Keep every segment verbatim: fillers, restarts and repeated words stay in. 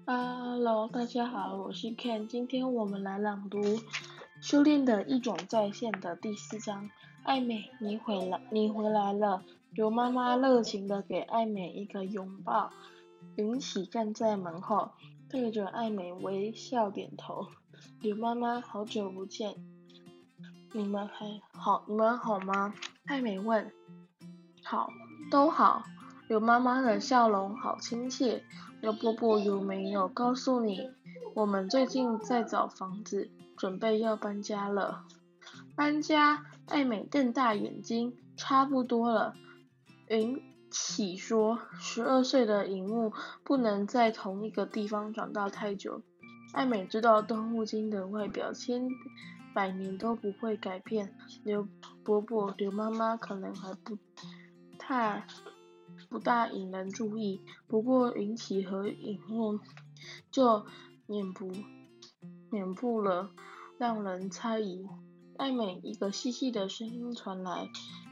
Hello，大家好，我是 Ken，今天我们来朗读《修炼的一种再现》的第四章。艾美，你回来，你回来了！刘妈妈热情地给艾美一个拥抱。云起站在门后，对着艾美微笑点头。刘妈妈，好久不见，你们还好？你们好吗？艾美问。好，都好。刘妈妈的笑容好亲切。刘伯伯有没有告诉你，我们最近在找房子，准备要搬家了？搬家？艾美瞪大眼睛。差不多了。云起说，十二岁的荧幕不能在同一个地方长大太久。艾美知道动物精的外表千百年都不会改变。刘伯伯、刘妈妈可能还不太不大引人注意，不过云起和荧幕就免不免不了让人猜疑。艾美一个细细的声音传来，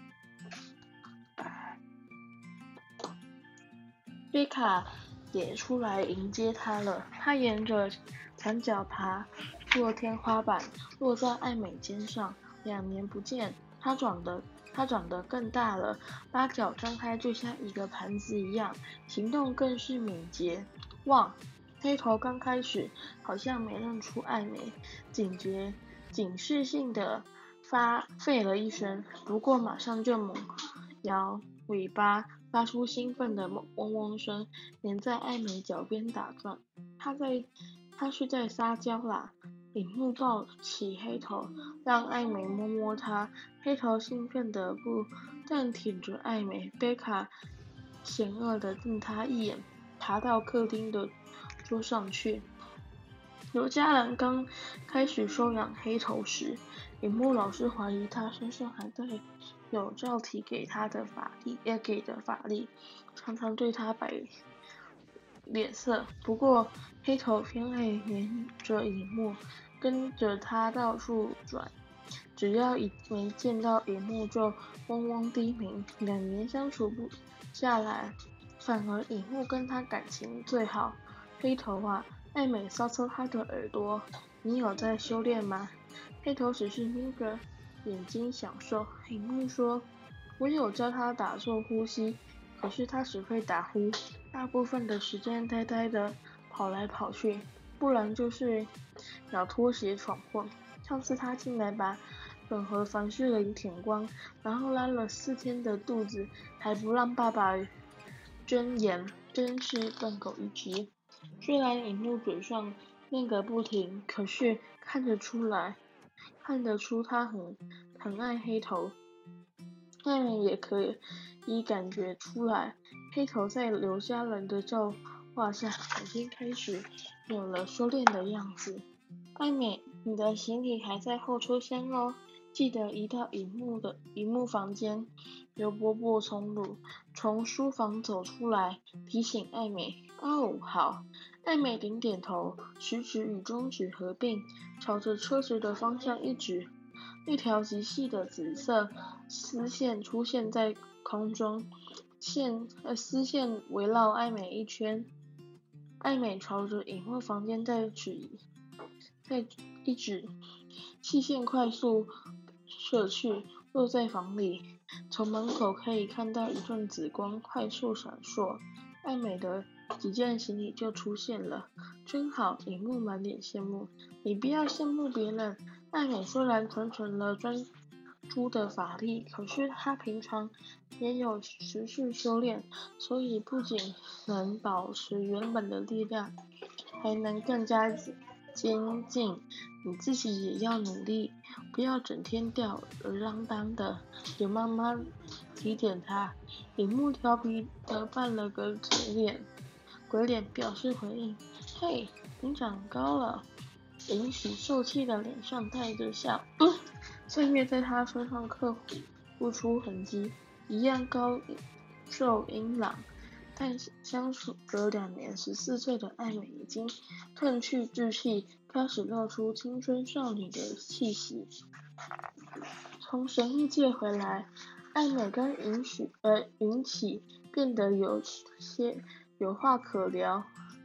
贝卡也出来迎接他了。他沿着墙角爬过天花板，落在艾美肩上。两年不见，他长得他长得更大了，八角张开就像一个盘子一样，行动更是敏捷。哇！黑头刚开始好像没认出艾美，警觉警示性的发吠了一声，不过马上就猛摇尾巴，发出兴奋的嗡嗡声，连在艾美脚边打转。他在他是在撒娇啦！荧幕抱起黑头，让艾美摸摸他。黑头兴奋的不但舔着艾美，贝卡险恶的瞪他一眼，爬到客厅的桌上去。刘家人刚开始收养黑头时，荧幕老是怀疑他身上还带有赵体给他的法力，也给的法力，常常对他摆脸色。不过黑头偏爱黏着荧幕，跟着他到处转，只要一没见到荧幕就嗡嗡低鸣。两年相处不下来，反而荧幕跟他感情最好。黑头啊！艾美搔搔他的耳朵，你有在修炼吗？黑头只是眯着眼睛享受。荧幕说，我有教他打坐呼吸，可是他只会打呼，大部分的时间呆呆的跑来跑去，不然就是咬拖鞋闯祸。上次他进来把本和凡士林舔光，然后拉了四天的肚子，还不让爸爸睁眼，真是笨狗一只。虽然荧幕嘴上念个不停，可是看得出来，看得出他很疼爱黑头。艾美也可以感觉出来，黑头在刘家人的照化下，已经开始有了修炼的样子。艾美，你的行李还在后车厢哦，记得移到荧幕的荧幕房间。刘伯伯从鲁从书房走出来，提醒艾美。哦，好。艾美点点头，食指与中指合并，朝着车子的方向一指。一条极细的紫色丝线出现在空中，线呃丝线围绕艾美一圈。艾美朝着荧幕房间再指再一指，细线快速射去，落在房里。从门口可以看到一阵紫光快速闪烁，艾美的几件行李就出现了。真好！荧幕满脸羡慕。你不要羡慕别人。艾美虽然传承了专诸的法力，可是她平常也有持续修炼，所以不仅能保持原本的力量，还能更加精进。你自己也要努力，不要整天吊儿郎当的。刘妈妈提点她。荧幕调皮的扮了个嘴脸，鬼脸表示回应。嘿，你长高了。引起受气的脸上带着笑，嗯、岁月在他身上刻不出痕迹，一样高瘦英朗。但相处了两年，十四岁的艾美已经褪去稚气，开始露出青春少女的气息。从神异界回来，艾美跟云许呃云起变得有些有话可聊。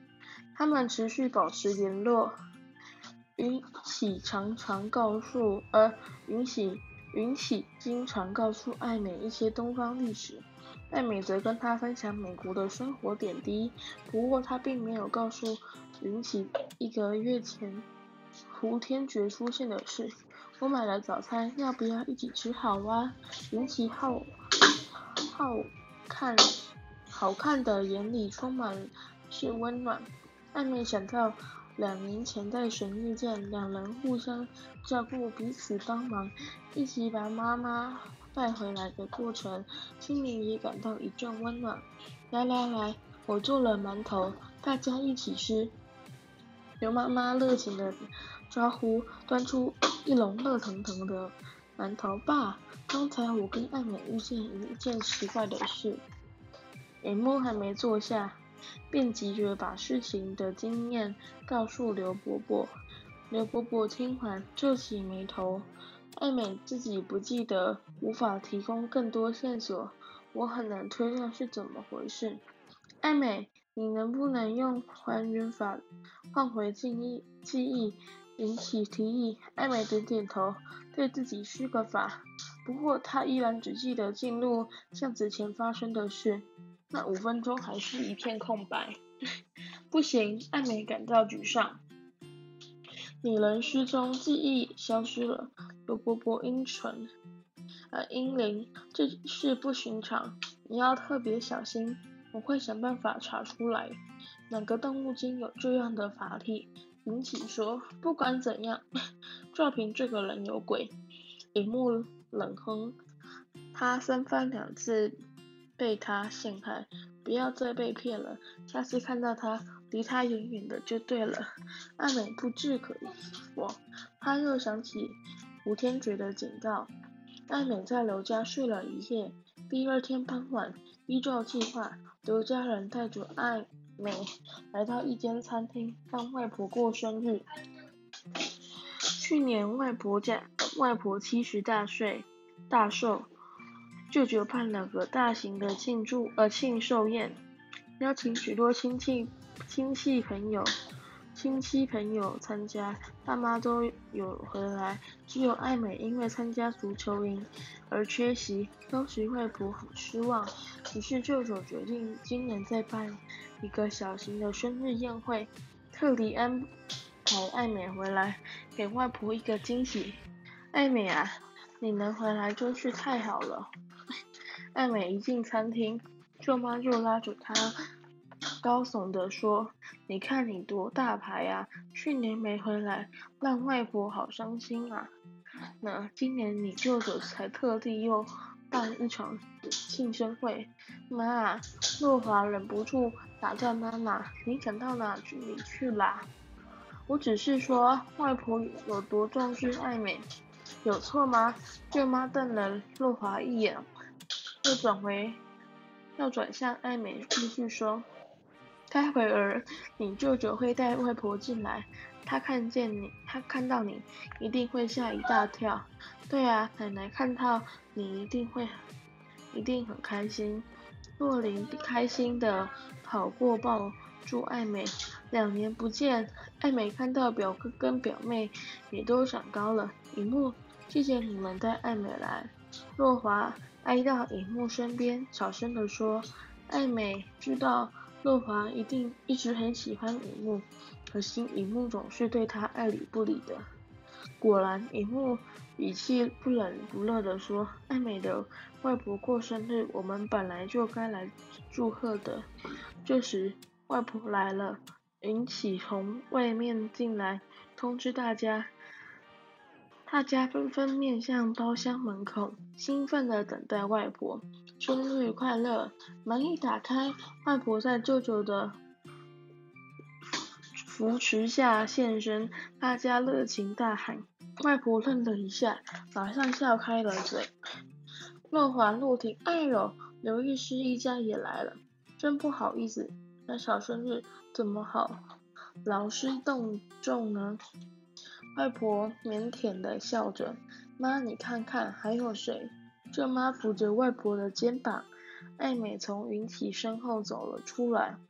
他们持续保持联络。云起常常告诉，呃，云起云起经常告诉艾美一些东方历史，艾美则跟他分享美国的生活点滴。不过他并没有告诉云起一个月前胡天觉出现的事。我买了早餐，要不要一起吃？好啊。云起好好看好看的眼里充满是温暖。艾美想到两年前在神遇见，两人互相照顾，彼此帮忙，一起把妈妈带回来的过程，心里也感到一阵温暖。来来来，我做了馒头，大家一起吃。刘妈妈热情的招呼，端出一笼热腾腾的馒头。爸，刚才我跟艾美遇见一件奇怪的事。尹木还没坐下，便急着把事情的经验告诉刘伯伯。刘伯伯听完皱起眉头。艾美自己不记得，无法提供更多线索，我很难推断是怎么回事。艾美，你能不能用还原法换回记忆？记忆引起提议。艾美点点头，对自己施个法。不过她依然只记得进入巷子前发生的事。那五分钟还是一片空白。不行，艾美感到沮丧。你人失踪，记忆消失了。刘伯伯阴沉，呃，阴灵，这事不寻常，你要特别小心。我会想办法查出来。哪个动物精有这样的法力？云起说，不管怎样，赵平这个人有鬼。尹木冷哼，他三番两次被他陷害，不要再被骗了。下次看到他，离他远远的就对了。艾美不置可否，他又想起吴天觉的警告。艾美在刘家睡了一夜。第二天傍晚，依照计划，刘家人带着艾美来到一间餐厅，帮外婆过生日。去年外婆家外婆七十大岁大寿，舅舅办了个大型的庆祝呃庆寿宴，邀请许多亲戚亲戚朋友亲戚朋友参加，爸妈都有回来，只有艾美因为参加足球营而缺席。当时外婆很失望，于是舅舅决定今年再办一个小型的生日宴会，特地安排艾美回来，给外婆一个惊喜。艾美啊，你能回来真是太好了。艾美一进餐厅，舅妈就拉着她高耸地说，你看你多大牌啊，去年没回来，让外婆好伤心啊。那今年你舅舅才特地又办一场庆生会。妈，若华忍不住打断妈妈，你讲到哪里去啦？我只是说外婆有多重视艾美，有错吗？舅妈瞪了若华一眼，又转回要转向艾美，继续说，待会儿你舅舅会带外婆进来，他看见你，他看到你一定会吓一大跳。对啊，奶奶看到你一定会一定很开心。若琳开心的跑过抱住艾美，两年不见，艾美看到表哥跟表妹也都长高了。尹木，谢谢你们带艾美来。若华挨到尹木身边，小声地说，艾美知道若华一定一直很喜欢尹木，可惜尹木总是对她爱理不理的。果然，尹木语气不冷不热地说，艾美的外婆过生日，我们本来就该来祝贺的。这时外婆来了，云起从外面进来，通知大家。大家纷纷面向包厢门口，兴奋地等待外婆。生日快乐！门一打开，外婆在舅舅的扶持下现身，大家热情大喊。外婆愣了一下，马上笑开了嘴。若华、陆婷，哎呦，刘医师一家也来了，真不好意思，那小生日怎么好劳师动众呢？外婆腼腆地笑着，妈，你看看还有谁？舅妈扶着外婆的肩膀。艾美从云起身后走了出来。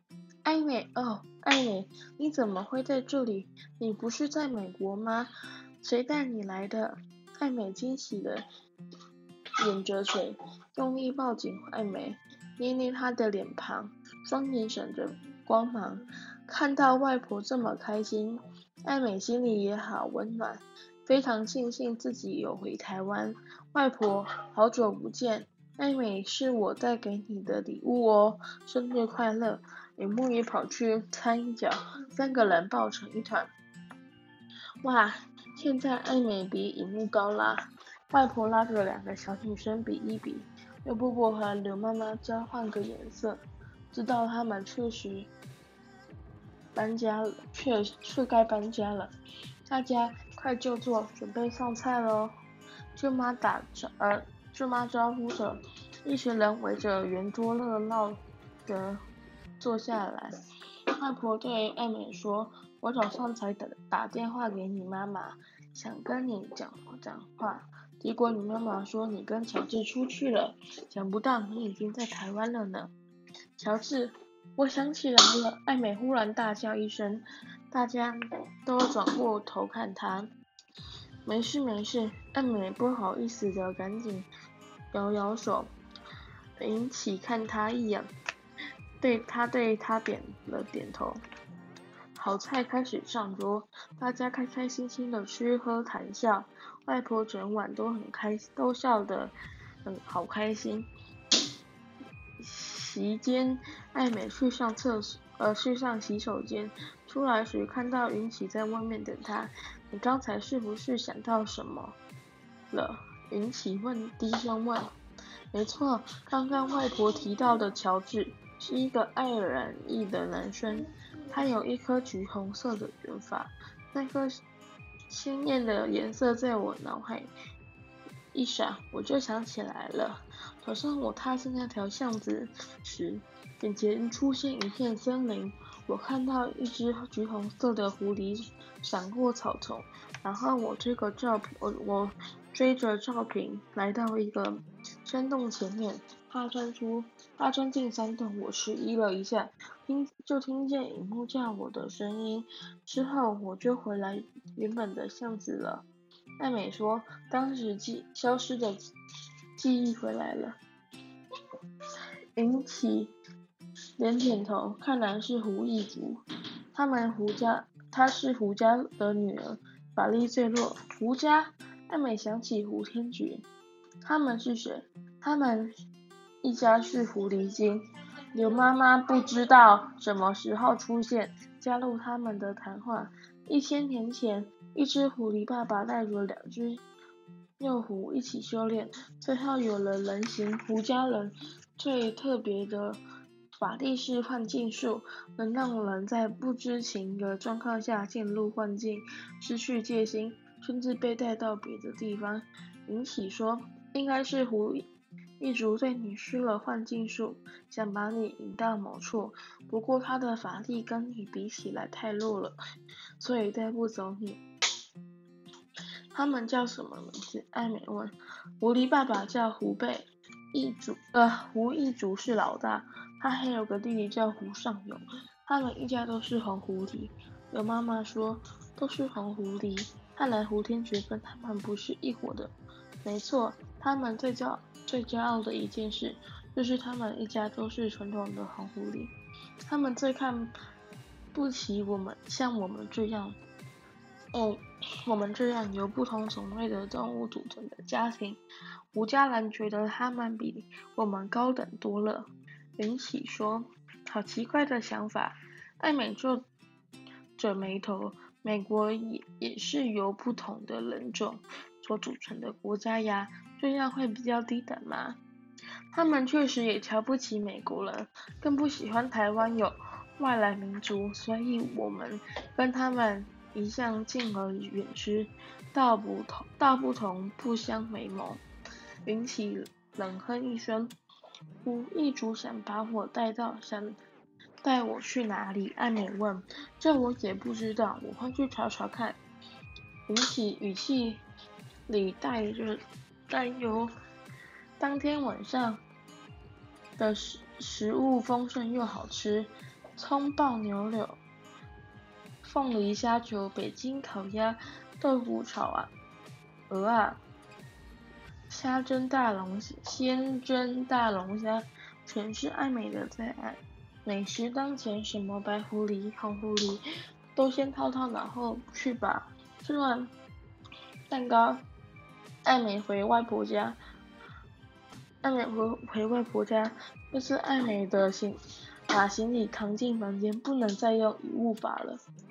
艾美，哦，艾美，你怎么会在这里？你不是在美国吗？谁带你来的？艾美惊喜的掩着嘴，用力抱紧艾美，捏捏她的脸庞，双眼闪着光芒。看到外婆这么开心，艾美心里也好温暖，非常庆幸自己有回台湾。外婆，好久不见，艾美是我带给你的礼物哦，生日快乐！雨木也跑去掺一脚，三个人抱成一团。哇，现在艾美比荧幕高啦！外婆拉着两个小女生比一比，刘伯伯和刘妈妈交换个眼色，知道他们确实搬家了，确确该搬家了。大家快就坐，准备上菜喽！舅妈打着呃，舅妈招呼着，一群人围着圆桌热闹的坐下来。外婆对艾美说：“我早上才打打电话给你妈妈，想跟你讲讲话，结果你妈妈说你跟乔治出去了，想不到你已经在台湾了呢。”乔治，我想起来了！艾美忽然大叫一声，大家都转过头看她。没事没事，艾美不好意思的赶紧摇摇手，引起看她一眼。对他对他点了点头。好菜开始上桌，大家开开心心的吃喝谈笑。外婆整晚都很开，都笑得很好开心。席间，艾美去上厕所，呃，去上洗手间。出来时看到云起在外面等她。你刚才是不是想到什么了？云起问，低声问。没错，刚刚外婆提到的乔治。是一个爱染艺的男生，他有一颗橘红色的卷发，那颗鲜艳的颜色在我脑海一闪，我就想起来了。早上我踏进那条巷子时，眼前出现一片森林，我看到一只橘红色的狐狸闪过草丛，然后我追个照片，我我追着照片来到一个山洞前面。他钻出，他钻进山洞，我迟疑了一下，听就听见影幕叫我的声音，之后我就回来原本的巷子了。艾美说，当时记消失的记忆回来了。引起连点头，看来是胡一族，他们胡家，她是胡家的女儿，法力最弱。胡家，艾美想起胡天菊，他们是谁？他们一家是狐狸精，刘妈妈不知道什么时候出现，加入他们的谈话。一千年前，一只狐狸爸爸带着两只幼狐一起修炼，最后有了人形。胡家人最特别的法力是幻境术，能让人在不知情的状况下进入幻境，失去戒心，甚至被带到别的地方。云起说，应该是狐一族对你施了幻境术，想把你引到某处，不过他的法力跟你比起来太弱了，所以带不走你。他们叫什么名字？艾美问。狐狸爸爸叫胡贝，一族呃胡一族是老大，他还有个弟弟叫胡尚勇，他们一家都是红狐狸。有妈妈说都是红狐狸，看来胡天爵跟他们不是一伙的。没错，他们最骄最骄傲的一件事，就是他们一家都是传统的红狐狸。他们最看不起我们，像我们这样，哦，我们这样由不同种类的动物组成的家庭。胡家人觉得他们比我们高等多了。云起说，好奇怪的想法。艾美皱着眉头，美国也也是由不同的人种所组成的国家呀，这样会比较低等吗？他们确实也瞧不起美国人，更不喜欢台湾有外来民族，所以我们跟他们一向敬而远之，道不同道不同不相为谋。云起冷哼一声，胡一族想把我带到想带我去哪里？艾美问。这我也不知道，我会去查查看。云起语气里带着担忧。当天晚上的食食物丰盛又好吃， 葱爆牛柳、凤梨虾球、北京烤鸭、豆腐炒啊、鹅啊、虾蒸大龙虾、鲜蒸大龙虾，全是爱美的最爱。美食当前，什么白狐狸、红狐狸，都先套套脑后去吧。吃完蛋糕，爱美回外婆家。爱美回回外婆家，这是爱美的行把行李扛进房间，不能再用遗物把了。